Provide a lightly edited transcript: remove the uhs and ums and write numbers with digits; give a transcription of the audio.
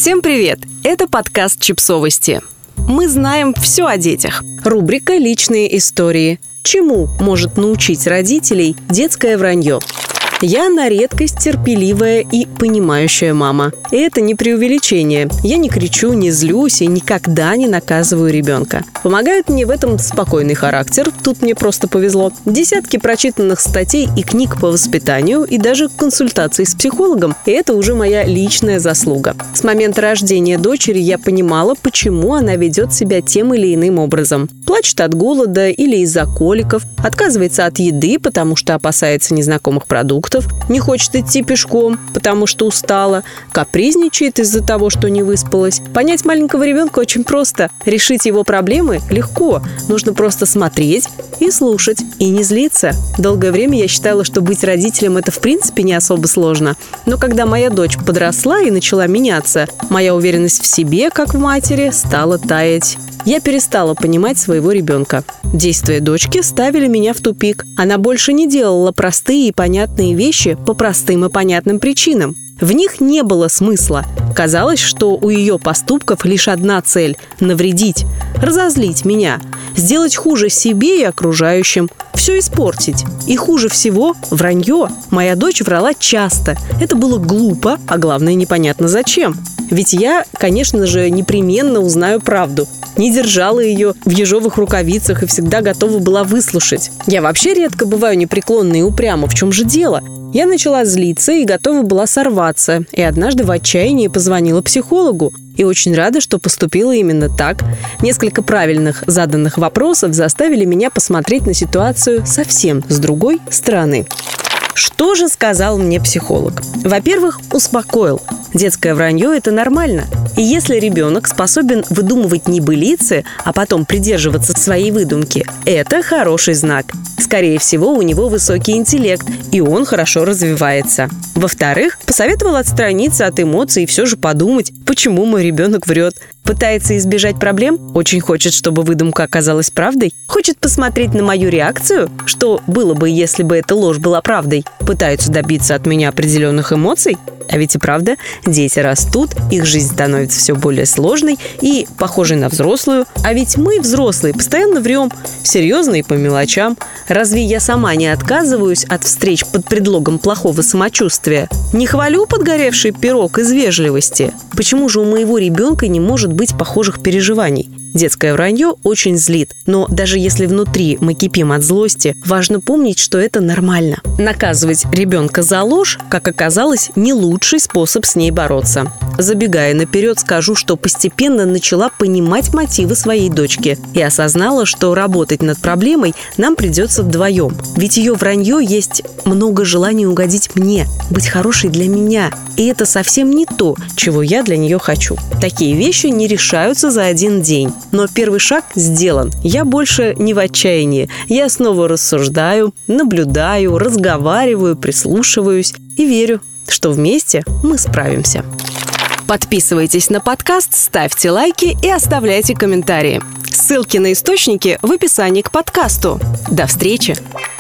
Всем привет! Это подкаст «Чипсовости». Мы знаем все о детях. Рубрика «Личные истории». Чему может научить родителей детское вранье? Я на редкость терпеливая и понимающая мама. И это не преувеличение. Я не кричу, не злюсь и никогда не наказываю ребенка. Помогает мне в этом спокойный характер, тут мне просто повезло. Десятки прочитанных статей и книг по воспитанию и даже консультации с психологом. И это уже моя личная заслуга. С момента рождения дочери я понимала, почему она ведет себя тем или иным образом. Плачет от голода или из-за коликов, отказывается от еды, потому что опасается незнакомых продуктов, не хочет идти пешком, потому что устала, капризничает из-за того, что не выспалась. Понять маленького ребенка очень просто. Решить его проблемы легко. Нужно просто смотреть и слушать, и не злиться. Долгое время я считала, что быть родителем – это в принципе не особо сложно. Но когда моя дочь подросла и начала меняться, моя уверенность в себе, как в матери, стала таять. Я перестала понимать своего ребенка. Действия дочки ставили меня в тупик. Она больше не делала простые и понятные вещи по простым и понятным причинам. В них не было смысла. Казалось, что у ее поступков лишь одна цель – навредить, разозлить меня, сделать хуже себе и окружающим, все испортить. И хуже всего – вранье. Моя дочь врала часто. Это было глупо, а главное – непонятно зачем. Ведь я, конечно же, непременно узнаю правду. Не держала ее в ежовых рукавицах и всегда готова была выслушать. Я вообще редко бываю непреклонна и упряма. В чем же дело? Я начала злиться и готова была сорваться. И однажды в отчаянии позвонила психологу. И очень рада, что поступила именно так. Несколько правильных заданных вопросов заставили меня посмотреть на ситуацию совсем с другой стороны. Что же сказал мне психолог? Во-первых, успокоил. Детское вранье – это нормально. И если ребенок способен выдумывать небылицы, а потом придерживаться своей выдумки, это хороший знак. Скорее всего, у него высокий интеллект, и он хорошо развивается. Во-вторых, посоветовал отстраниться от эмоций и все же подумать, почему мой ребенок врет. Пытается избежать проблем? Очень хочет, чтобы выдумка оказалась правдой? Хочет посмотреть на мою реакцию? Что было бы, если бы эта ложь была правдой? Пытаются добиться от меня определенных эмоций? А ведь и правда, дети растут, их жизнь становится все более сложной и похожей на взрослую. А ведь мы, взрослые, постоянно врем, серьезно и по мелочам. Разве я сама не отказываюсь от встреч под предлогом плохого самочувствия? Не хвалю подгоревший пирог из вежливости? Почему же у моего ребенка не может быть похожих переживаний? Детское вранье очень злит, но даже если внутри мы кипим от злости, важно помнить, что это нормально. Наказывать ребенка за ложь, как оказалось, не лучший способ с ней бороться. Забегая наперед, скажу, что постепенно начала понимать мотивы своей дочки и осознала, что работать над проблемой нам придется вдвоем. Ведь ее вранье есть много желания угодить мне, быть хорошей для меня. И это совсем не то, чего я для нее хочу. Такие вещи не решаются за один день. Но первый шаг сделан. Я больше не в отчаянии. Я снова рассуждаю, наблюдаю, разговариваю, прислушиваюсь и верю, что вместе мы справимся. Подписывайтесь на подкаст, ставьте лайки и оставляйте комментарии. Ссылки на источники в описании к подкасту. До встречи!